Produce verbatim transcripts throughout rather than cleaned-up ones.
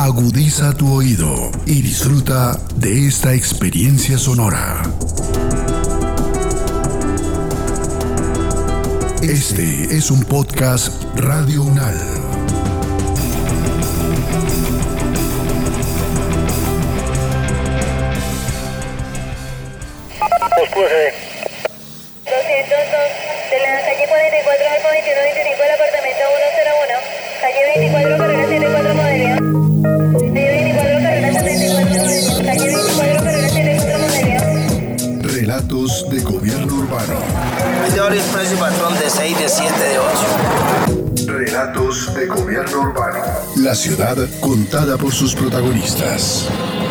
Agudiza tu oído y disfruta de esta experiencia sonora. Este es un podcast Radio Unal. doscientos dos de la calle cuarenta y cuatro Alfa veintiuno veinticinco del apartamento ciento uno, calle veinticuatro carrera setenta y cuatro modelo. Calle veinticuatro carrera setenta y cuatro modelo. Calle veinticuatro carrera setenta y cuatro modelo. Relatos de gobierno urbano. Es de hora expreso y patrón de seis, de siete, de ocho. Relatos de gobierno urbano. La ciudad contada por sus protagonistas.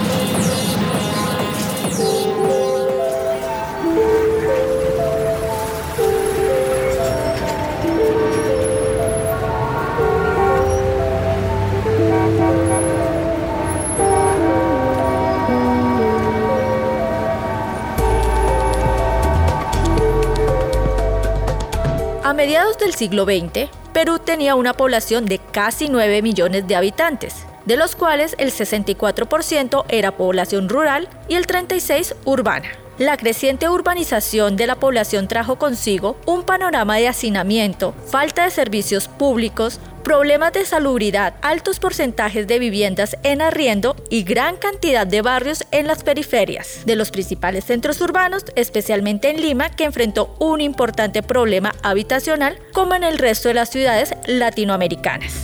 A mediados del siglo veinte, Perú tenía una población de casi nueve millones de habitantes, de los cuales el sesenta y cuatro por ciento era población rural y el treinta y seis por ciento urbana. La creciente urbanización de la población trajo consigo un panorama de hacinamiento, falta de servicios públicos, problemas de salubridad, altos porcentajes de viviendas en arriendo y gran cantidad de barrios en las periferias de los principales centros urbanos, especialmente en Lima, que enfrentó un importante problema habitacional como en el resto de las ciudades latinoamericanas.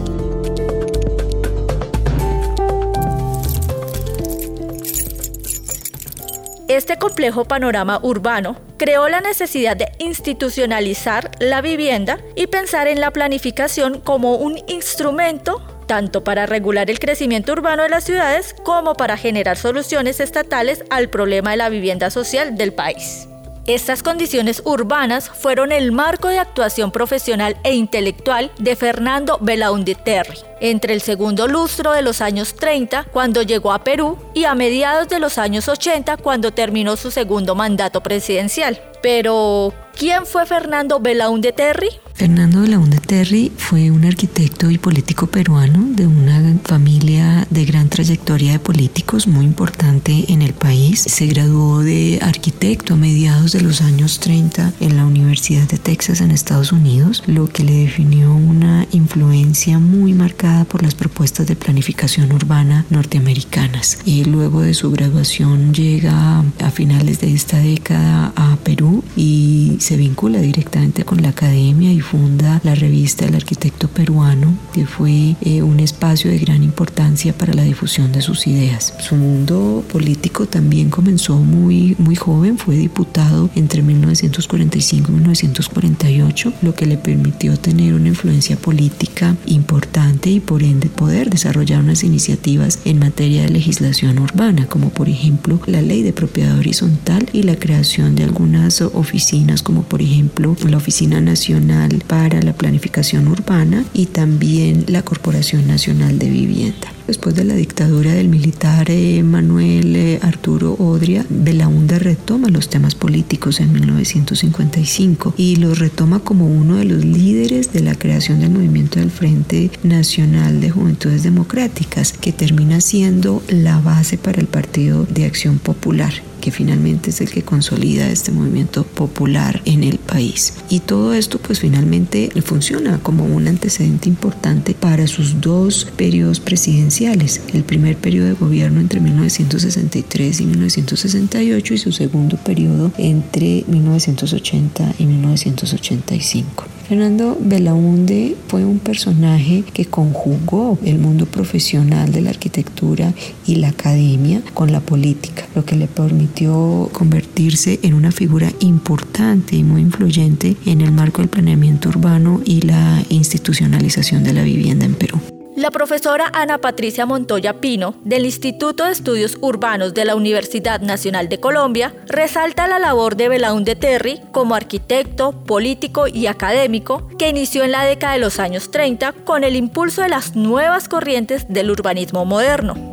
Este complejo panorama urbano creó la necesidad de institucionalizar la vivienda y pensar en la planificación como un instrumento tanto para regular el crecimiento urbano de las ciudades como para generar soluciones estatales al problema de la vivienda social del país. Estas condiciones urbanas fueron el marco de actuación profesional e intelectual de Fernando Belaúnde Terry entre el segundo lustro de los años treinta, cuando llegó a Perú, y a mediados de los años ochenta, cuando terminó su segundo mandato presidencial. Pero, ¿quién fue Fernando Belaúnde Terry? Fernando Belaúnde Terry fue un arquitecto y político peruano de una familia de gran trayectoria de políticos muy importante en el país. Se graduó de arquitecto a mediados de los años treinta en la Universidad de Texas en Estados Unidos, lo que le definió una influencia muy marcada por las propuestas de planificación urbana norteamericanas. Y luego de su graduación llega a finales de esta década a Perú y se vincula directamente con la academia y funda la revista El Arquitecto Peruano, que fue eh, un espacio de gran importancia para la difusión de sus ideas. Su mundo político también comenzó muy, muy joven, fue diputado entre mil novecientos cuarenta y cinco y mil novecientos cuarenta y ocho, lo que le permitió tener una influencia política importante y por ende poder desarrollar unas iniciativas en materia de legislación urbana, como por ejemplo la Ley de Propiedad Horizontal y la creación de algunas oficinas, como por ejemplo la Oficina Nacional para la Planificación Urbana y también la Corporación Nacional de Vivienda. Después de la dictadura del militar eh, Manuel eh, Arturo Odria, Belaúnde retoma los temas políticos en mil novecientos cincuenta y cinco y los retoma como uno de los líderes de la creación del movimiento del Frente Nacional de Juventudes Democráticas, que termina siendo la base para el Partido de Acción Popular, que finalmente es el que consolida este movimiento popular en el país. Y todo esto pues finalmente funciona como un antecedente importante para sus dos periodos presidenciales. El primer periodo de gobierno entre mil novecientos sesenta y tres y mil novecientos sesenta y ocho y su segundo periodo entre mil novecientos ochenta y mil novecientos ochenta y cinco. Fernando Belaúnde fue un personaje que conjugó el mundo profesional de la arquitectura y la academia con la política, lo que le permitió convertirse en una figura importante y muy influyente en el marco del planeamiento urbano y la institucionalización de la vivienda en Perú. La profesora Ana Patricia Montoya Pino, del Instituto de Estudios Urbanos de la Universidad Nacional de Colombia, resalta la labor de Belaúnde Terry como arquitecto, político y académico que inició en la década de los años treinta con el impulso de las nuevas corrientes del urbanismo moderno.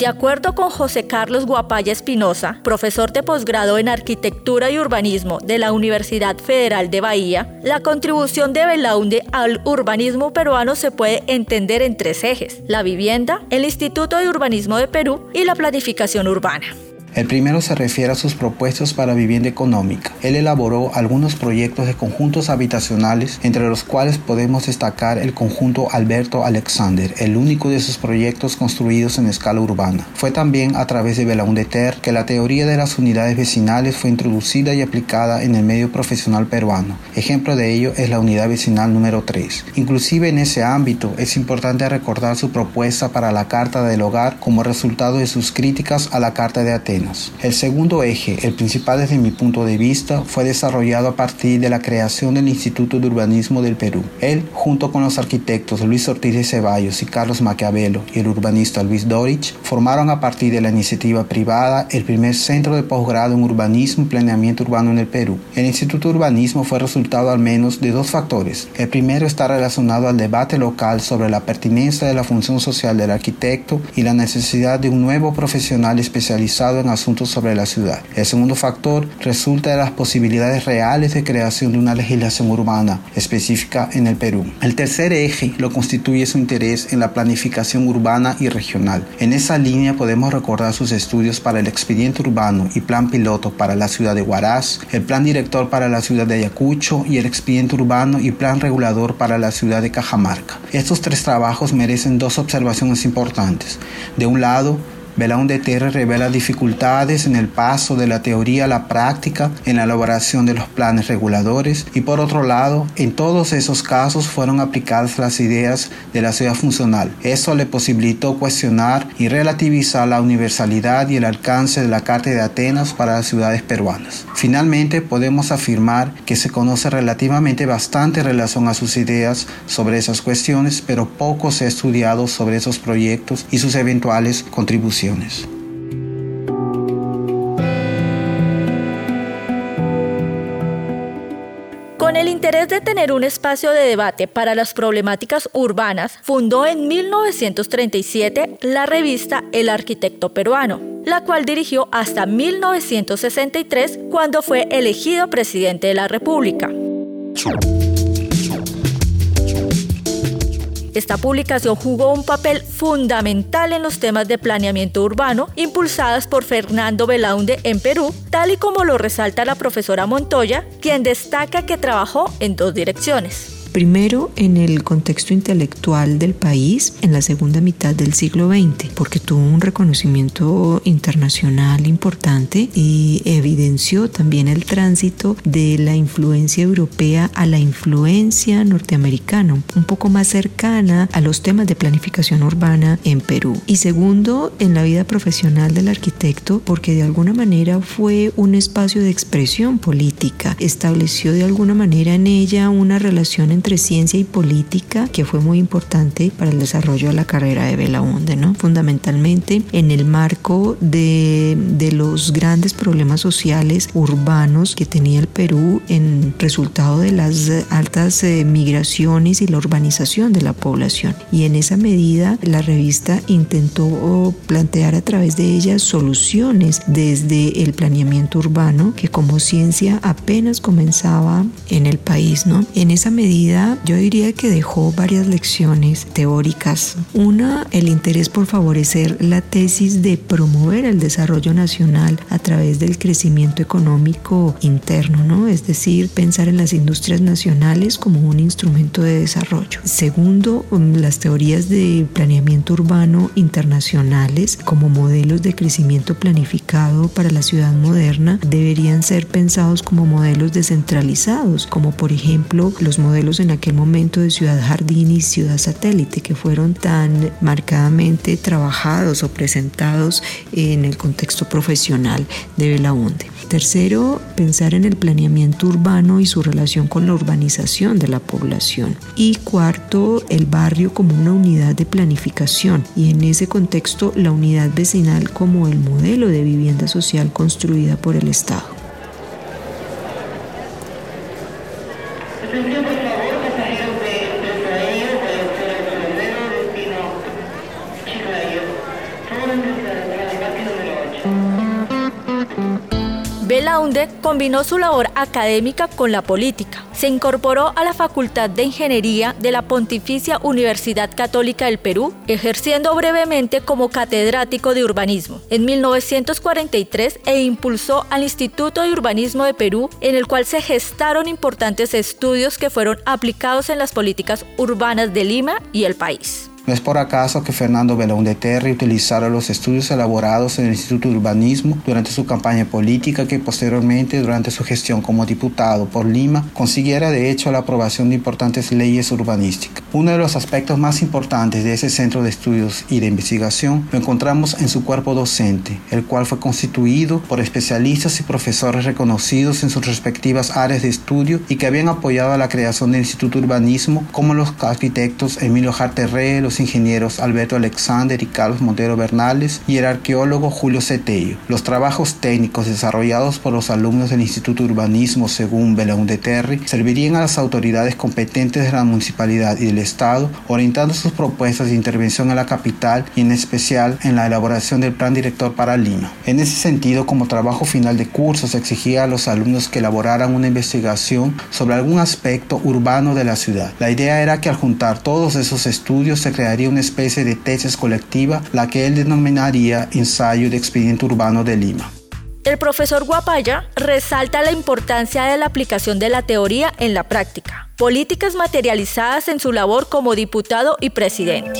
De acuerdo con José Carlos Guapaya Espinosa, profesor de posgrado en Arquitectura y Urbanismo de la Universidad Federal de Bahía, la contribución de Belaunde al urbanismo peruano se puede entender en tres ejes: la vivienda, el Instituto de Urbanismo de Perú y la planificación urbana. El primero se refiere a sus propuestas para vivienda económica. Él elaboró algunos proyectos de conjuntos habitacionales, entre los cuales podemos destacar el conjunto Alberto Alexander, el único de sus proyectos construidos en escala urbana. Fue también a través de Belaunde Terry que la teoría de las unidades vecinales fue introducida y aplicada en el medio profesional peruano. Ejemplo de ello es la unidad vecinal número tres. Inclusive en ese ámbito es importante recordar su propuesta para la Carta del Hogar como resultado de sus críticas a la Carta de Atenas. El segundo eje, el principal desde mi punto de vista, fue desarrollado a partir de la creación del Instituto de Urbanismo del Perú. Él, junto con los arquitectos Luis Ortiz de Ceballos y Carlos Maquiavelo y el urbanista Luis Dorich, formaron a partir de la iniciativa privada el primer centro de posgrado en urbanismo y planeamiento urbano en el Perú. El Instituto de Urbanismo fue resultado al menos de dos factores. El primero está relacionado al debate local sobre la pertinencia de la función social del arquitecto y la necesidad de un nuevo profesional especializado en asuntos sobre la ciudad. El segundo factor resulta de las posibilidades reales de creación de una legislación urbana específica en el Perú. El tercer eje lo constituye su interés en la planificación urbana y regional. En esa línea podemos recordar sus estudios para el expediente urbano y plan piloto para la ciudad de Huaraz, el plan director para la ciudad de Ayacucho y el expediente urbano y plan regulador para la ciudad de Cajamarca. Estos tres trabajos merecen dos observaciones importantes. De un lado, Belaunde Terry revela dificultades en el paso de la teoría a la práctica en la elaboración de los planes reguladores y por otro lado, en todos esos casos fueron aplicadas las ideas de la ciudad funcional. Eso le posibilitó cuestionar y relativizar la universalidad y el alcance de la Carta de Atenas para las ciudades peruanas. Finalmente, podemos afirmar que se conoce relativamente bastante en relación a sus ideas sobre esas cuestiones, pero poco se ha estudiado sobre esos proyectos y sus eventuales contribuciones. Con el interés de tener un espacio de debate para las problemáticas urbanas, fundó en mil novecientos treinta y siete la revista El Arquitecto Peruano, la cual dirigió hasta mil novecientos sesenta y tres, cuando fue elegido presidente de la República. Esta publicación jugó un papel fundamental en los temas de planeamiento urbano impulsadas por Fernando Belaunde en Perú, tal y como lo resalta la profesora Montoya, quien destaca que trabajó en dos direcciones. Primero, en el contexto intelectual del país en la segunda mitad del siglo veinte, porque tuvo un reconocimiento internacional importante y evidenció también el tránsito de la influencia europea a la influencia norteamericana, un poco más cercana a los temas de planificación urbana en Perú. Y segundo, en la vida profesional del arquitecto, porque de alguna manera fue un espacio de expresión política, estableció de alguna manera en ella una relación entre entre ciencia y política que fue muy importante para el desarrollo de la carrera de Belaunde, ¿no? Fundamentalmente en el marco de, de los grandes problemas sociales urbanos que tenía el Perú en resultado de las altas eh, migraciones y la urbanización de la población. Y en esa medida la revista intentó plantear a través de ella soluciones desde el planeamiento urbano que como ciencia apenas comenzaba en el país, ¿no? En esa medida yo diría que dejó varias lecciones teóricas. Una, el interés por favorecer la tesis de promover el desarrollo nacional a través del crecimiento económico interno, ¿no? Es decir, pensar en las industrias nacionales como un instrumento de desarrollo. Segundo, las teorías de planeamiento urbano internacionales como modelos de crecimiento planificado para la ciudad moderna deberían ser pensados como modelos descentralizados, como por ejemplo los modelos en aquel momento de ciudad jardín y ciudad satélite que fueron tan marcadamente trabajados o presentados en el contexto profesional de Belaunde. Tercero, pensar en el planeamiento urbano y su relación con la urbanización de la población. Y cuarto, el barrio como una unidad de planificación y en ese contexto la unidad vecinal como el modelo de vivienda social construida por el Estado. Atención, por favor, pasajeros de Empresa Aérea, Guayaquil, Florero, destino Chiclayo. Toda la Belaúnde combinó su labor académica con la política. Se incorporó a la Facultad de Ingeniería de la Pontificia Universidad Católica del Perú, ejerciendo brevemente como catedrático de urbanismo en mil novecientos cuarenta y tres e impulsó al Instituto de Urbanismo de Perú, en el cual se gestaron importantes estudios que fueron aplicados en las políticas urbanas de Lima y el país. No es por acaso que Fernando Belaúnde Terry utilizara los estudios elaborados en el Instituto de Urbanismo durante su campaña política, que posteriormente, durante su gestión como diputado por Lima, consiguiera de hecho la aprobación de importantes leyes urbanísticas. Uno de los aspectos más importantes de ese centro de estudios y de investigación lo encontramos en su cuerpo docente, el cual fue constituido por especialistas y profesores reconocidos en sus respectivas áreas de estudio y que habían apoyado a la creación del Instituto de Urbanismo, como los arquitectos Emilio Jarterre, los ingenieros Alberto Alexander y Carlos Montero Bernales y el arqueólogo Julio Cetello. Los trabajos técnicos desarrollados por los alumnos del Instituto de Urbanismo, según Belaúnde Terry, servirían a las autoridades competentes de la municipalidad y del Estado, orientando sus propuestas de intervención en la capital y en especial en la elaboración del plan director para Lima. En ese sentido, como trabajo final de curso, se exigía a los alumnos que elaboraran una investigación sobre algún aspecto urbano de la ciudad. La idea era que al juntar todos esos estudios se crearía una especie de tesis colectiva, la que él denominaría Ensayo de Expediente Urbano de Lima. El profesor Guapaya resalta la importancia de la aplicación de la teoría en la práctica, políticas materializadas en su labor como diputado y presidente.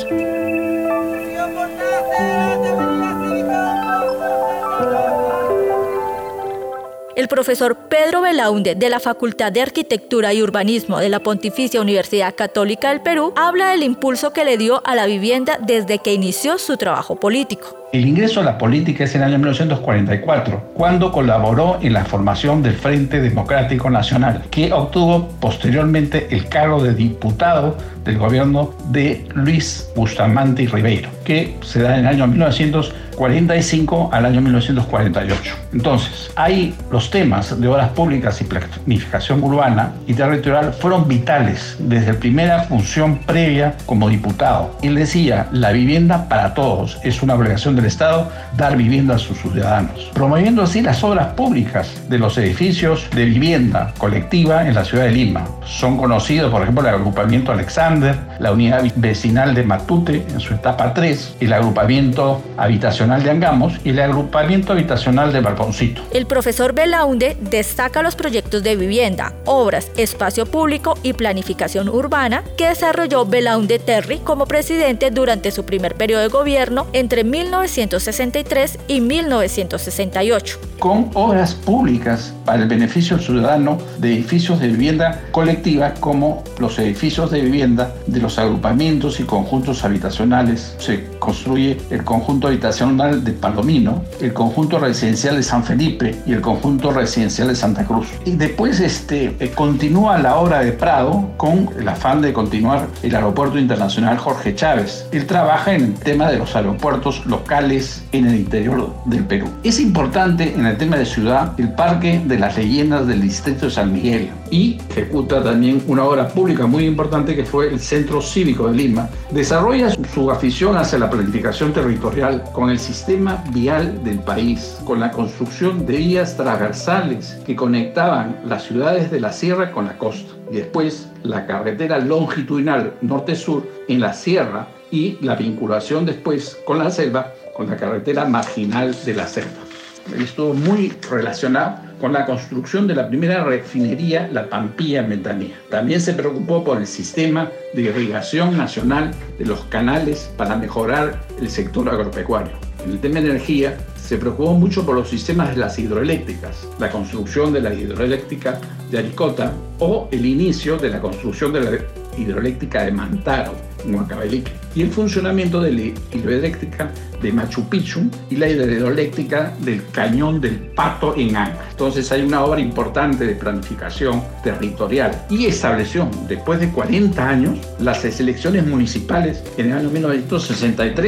El profesor Pedro Belaúnde, de la Facultad de Arquitectura y Urbanismo de la Pontificia Universidad Católica del Perú, habla del impulso que le dio a la vivienda desde que inició su trabajo político. El ingreso a la política es en el año mil novecientos cuarenta y cuatro, cuando colaboró en la formación del Frente Democrático Nacional, que obtuvo posteriormente el cargo de diputado del gobierno de Luis Bustamante y Ribeiro, que se da en el año mil novecientos cuarenta y cinco al año mil novecientos cuarenta y ocho. Entonces, ahí los temas de obras públicas y planificación urbana y territorial fueron vitales desde la primera función previa como diputado. Él decía, la vivienda para todos es una obligación del Estado dar vivienda a sus ciudadanos, promoviendo así las obras públicas de los edificios de vivienda colectiva en la ciudad de Lima. Son conocidos, por ejemplo, el agrupamiento Alexander, la unidad vecinal de Matute en su etapa tres, el agrupamiento habitacional de Angamos y el agrupamiento habitacional de Balponcito. El profesor Belaúnde destaca los proyectos de vivienda, obras, espacio público y planificación urbana que desarrolló Belaúnde Terry como presidente durante su primer periodo de gobierno entre mil novecientos sesenta y tres y mil novecientos sesenta y ocho. Con obras públicas para el beneficio ciudadano de edificios de vivienda colectiva, como los edificios de vivienda de los agrupamientos y conjuntos habitacionales. Se construye el conjunto habitacional de Palomino, el conjunto residencial de San Felipe y el conjunto residencial de Santa Cruz. Y después este, eh, continúa la obra de Prado con el afán de continuar el aeropuerto internacional Jorge Chávez. Él trabaja en el tema de los aeropuertos locales en el interior del Perú. Es importante en el tema de ciudad el Parque de las Leyendas del Distrito de San Miguel, y ejecuta también una obra pública muy importante que fue el Centro Cívico de Lima. Desarrolla su, su afición hacia la planificación territorial con el sistema vial del país, con la construcción de vías transversales que conectaban las ciudades de la sierra con la costa, y después la carretera longitudinal norte-sur en la sierra y la vinculación después con la selva, con la carretera marginal de la selva. Estuvo muy relacionado con la construcción de la primera refinería La Pampilla en Ventanilla. También se preocupó por el sistema de irrigación nacional de los canales para mejorar el sector agropecuario. En el tema de energía, se preocupó mucho por los sistemas de las hidroeléctricas, la construcción de la hidroeléctrica de Aricota o el inicio de la construcción de la hidroeléctrica de Mantaro, en Huancavelica, y el funcionamiento de la hidroeléctrica de Machu Picchu y la hidroeléctrica del Cañón del Pato en Anca. Entonces hay una obra importante de planificación territorial, y estableció, después de cuarenta años, las elecciones municipales en el año mil novecientos sesenta y tres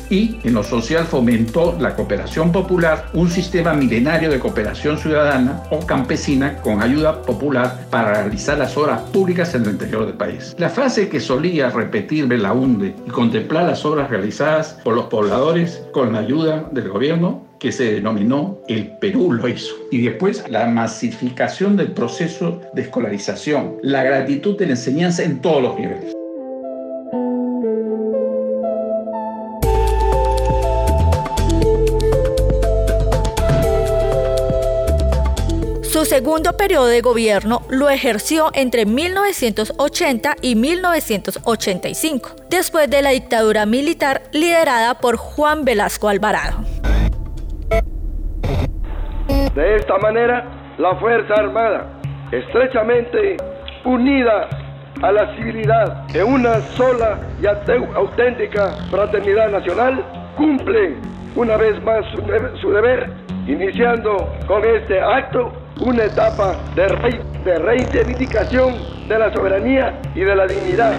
y en lo social fomentó la cooperación popular, un sistema milenario de cooperación ciudadana o campesina con ayuda popular para realizar las obras públicas en el interior del país. La frase que solía repetir Belaúnde y contemplar las obras realizadas por los pobladores con la ayuda del gobierno, que se denominó El Perú lo hizo. Y después la masificación del proceso de escolarización, la gratitud de la enseñanza en todos los niveles. Su segundo periodo de gobierno lo ejerció entre mil novecientos ochenta y mil novecientos ochenta y cinco, después de la dictadura militar liderada por Juan Velasco Alvarado. De esta manera, la Fuerza Armada, estrechamente unida a la civilidad en una sola y auténtica fraternidad nacional, cumple una vez más su, de- su deber, iniciando con este acto una etapa de, re- de reivindicación de la soberanía y de la dignidad.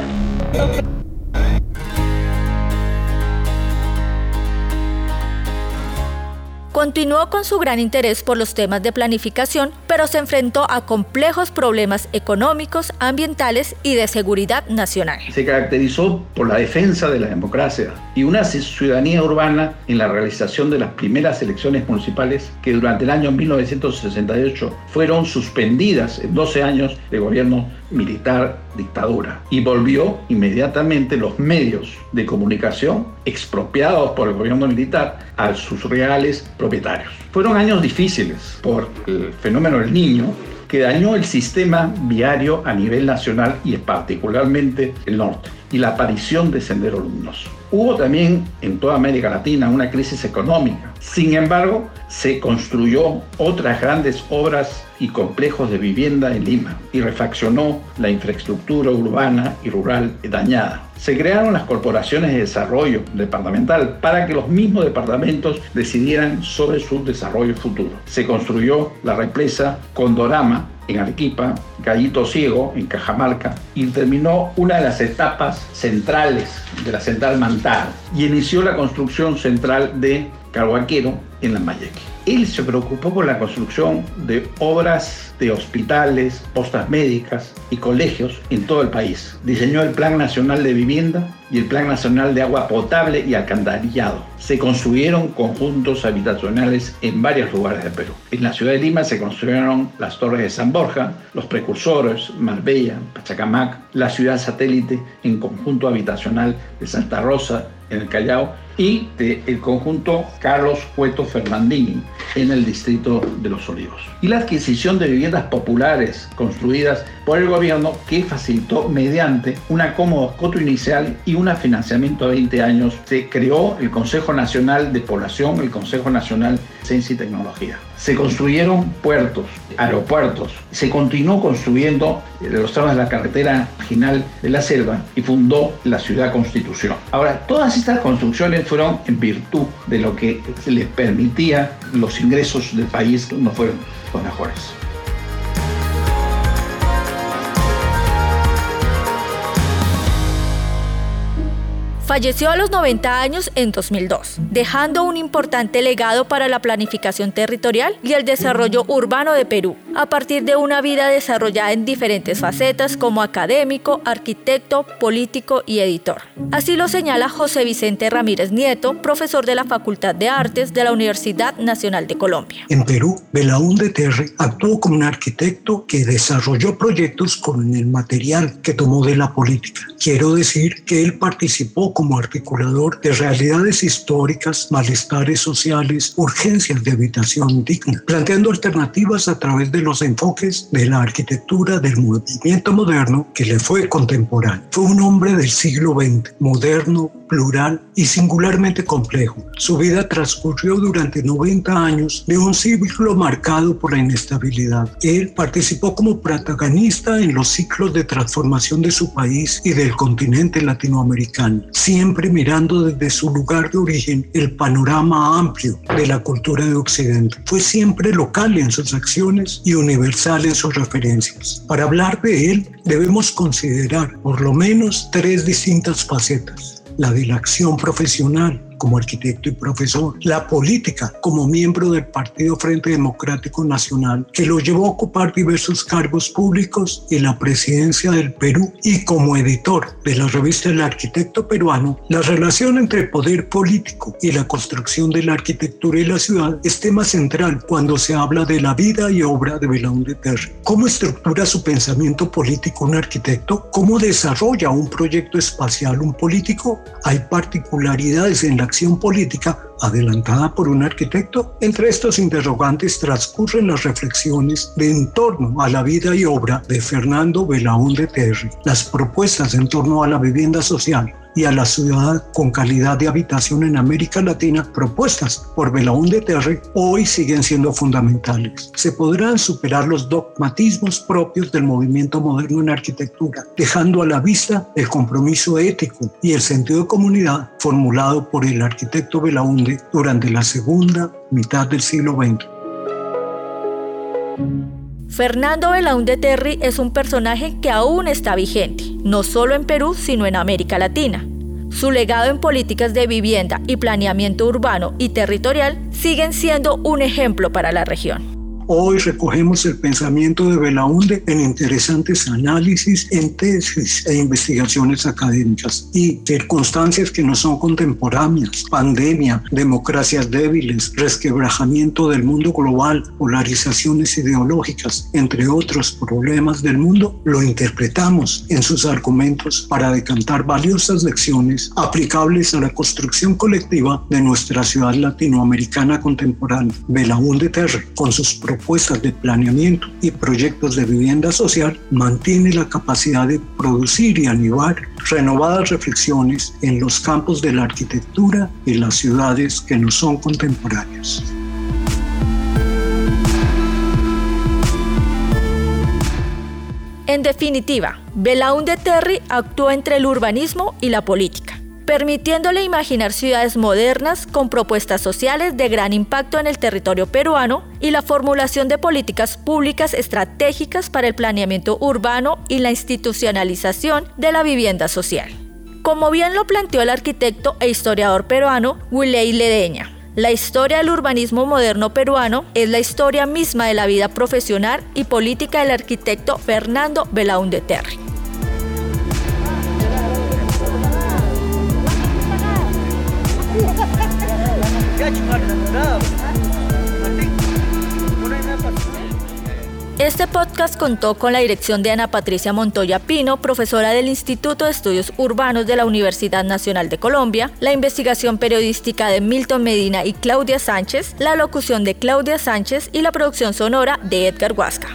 Continuó con su gran interés por los temas de planificación, pero se enfrentó a complejos problemas económicos, ambientales y de seguridad nacional. Se caracterizó por la defensa de la democracia y una ciudadanía urbana en la realización de las primeras elecciones municipales que durante el año mil novecientos sesenta y ocho fueron suspendidas en doce años de gobierno militar dictadura, y volvió inmediatamente los medios de comunicación expropiados por el gobierno militar a sus reales propietarios. Fueron años difíciles por el fenómeno del Niño, que dañó el sistema viario a nivel nacional y particularmente el norte, y la aparición de Sendero Luminoso. Hubo también en toda América Latina una crisis económica. Sin embargo, se construyó otras grandes obras y complejos de vivienda en Lima y refaccionó la infraestructura urbana y rural dañada. Se crearon las corporaciones de desarrollo departamental para que los mismos departamentos decidieran sobre su desarrollo futuro. Se construyó la represa Condorama en Arequipa, Gallito Ciego en Cajamarca, y terminó una de las etapas centrales de la central Mantar y inició la construcción central de Carhuaquero en Lambayeque. Él se preocupó por la construcción de obras de hospitales, postas médicas y colegios en todo el país. Diseñó el Plan Nacional de Vivienda y el Plan Nacional de Agua Potable y Alcantarillado. Se construyeron conjuntos habitacionales en varios lugares de Perú. En la ciudad de Lima se construyeron las Torres de San Borja, los precursores, Marbella, Pachacamac, la ciudad satélite en conjunto habitacional de Santa Rosa, en el Callao, y del conjunto Carlos Cueto Fernandini en el distrito de Los Olivos. Y la adquisición de viviendas populares construidas por el gobierno, que facilitó mediante una cómoda coto inicial y un financiamiento a veinte años. Se creó el Consejo Nacional de Población, el Consejo Nacional de Ciencia y Tecnología. Se construyeron puertos, aeropuertos, se continuó construyendo los tramos de la carretera marginal de la selva y fundó la Ciudad Constitución. Ahora, todas estas construcciones fueron en virtud de lo que les permitía los ingresos del país, no fueron los mejores. Falleció a los noventa años en dos mil dos, dejando un importante legado para la planificación territorial y el desarrollo urbano de Perú, a partir de una vida desarrollada en diferentes facetas como académico, arquitecto, político y editor. Así lo señala José Vicente Ramírez Nieto, profesor de la Facultad de Artes de la Universidad Nacional de Colombia. En Perú, Belaúnde Terry actuó como un arquitecto que desarrolló proyectos con el material que tomó de la política. Quiero decir que él participó como articulador de realidades históricas, malestares sociales, urgencias de habitación digna, planteando alternativas a través de los enfoques de la arquitectura del movimiento moderno que le fue contemporáneo. Fue un hombre del siglo veinte, moderno, plural y singularmente complejo. Su vida transcurrió durante noventa años de un ciclo marcado por la inestabilidad. Él participó como protagonista en los ciclos de transformación de su país y del continente latinoamericano, siempre mirando desde su lugar de origen el panorama amplio de la cultura de Occidente. Fue siempre local en sus acciones y universal en sus referencias. Para hablar de él, debemos considerar por lo menos tres distintas facetas: la de la acción profesional, como arquitecto y profesor, la política como miembro del Partido Frente Democrático Nacional, que lo llevó a ocupar diversos cargos públicos, y la presidencia del Perú, y como editor de la revista El Arquitecto Peruano. La relación entre el poder político y la construcción de la arquitectura y la ciudad es tema central cuando se habla de la vida y obra de Belaúnde Terry. ¿Cómo estructura su pensamiento político un arquitecto? ¿Cómo desarrolla un proyecto espacial un político? ¿Hay particularidades en la acción política adelantada por un arquitecto? Entre estos interrogantes transcurren las reflexiones de en torno a la vida y obra de Fernando Belaúnde Terry. Las propuestas en torno a la vivienda social y a la ciudad con calidad de habitación en América Latina, propuestas por Belaúnde Terry, hoy siguen siendo fundamentales. Se podrán superar los dogmatismos propios del movimiento moderno en arquitectura, dejando a la vista el compromiso ético y el sentido de comunidad formulado por el arquitecto Belaúnde durante la segunda mitad del siglo veinte. Fernando Belaúnde Terry es un personaje que aún está vigente, no solo en Perú, sino en América Latina. Su legado en políticas de vivienda y planeamiento urbano y territorial siguen siendo un ejemplo para la región. Hoy recogemos el pensamiento de Belaúnde en interesantes análisis, en tesis e investigaciones académicas y circunstancias que no son contemporáneas: pandemia, democracias débiles, resquebrajamiento del mundo global, polarizaciones ideológicas, entre otros problemas del mundo. Lo interpretamos en sus argumentos para decantar valiosas lecciones aplicables a la construcción colectiva de nuestra ciudad latinoamericana contemporánea. Belaúnde Terry, con sus propuestas de planeamiento y proyectos de vivienda social, mantiene la capacidad de producir y animar renovadas reflexiones en los campos de la arquitectura y las ciudades que no son contemporáneas. En definitiva, Belaúnde Terry actuó entre el urbanismo y la política, permitiéndole imaginar ciudades modernas con propuestas sociales de gran impacto en el territorio peruano y la formulación de políticas públicas estratégicas para el planeamiento urbano y la institucionalización de la vivienda social. Como bien lo planteó el arquitecto e historiador peruano Wiley Ledeña, la historia del urbanismo moderno peruano es la historia misma de la vida profesional y política del arquitecto Fernando Belaúnde Terry. Este podcast contó con la dirección de Ana Patricia Montoya Pino, profesora del Instituto de Estudios Urbanos de la Universidad Nacional de Colombia, la investigación periodística de Milton Medina y Claudia Sánchez, la locución de Claudia Sánchez y la producción sonora de Edgar Huasca.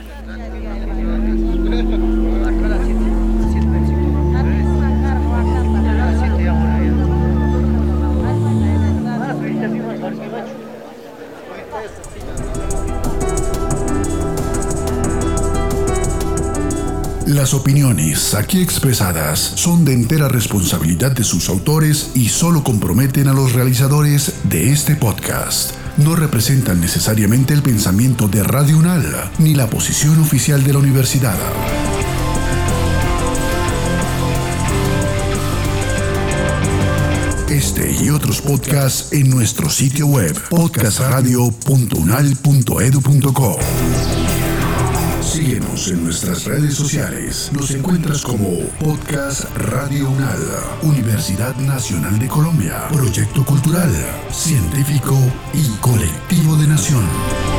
Las opiniones aquí expresadas son de entera responsabilidad de sus autores y solo comprometen a los realizadores de este podcast. No representan necesariamente el pensamiento de Radio UNAL ni la posición oficial de la universidad. Este y otros podcasts en nuestro sitio web podcast radio punto unal punto edu punto co. Síguenos en nuestras redes sociales. Nos encuentras como Podcast Radio UNAL, Universidad Nacional de Colombia, proyecto cultural, científico y colectivo de nación.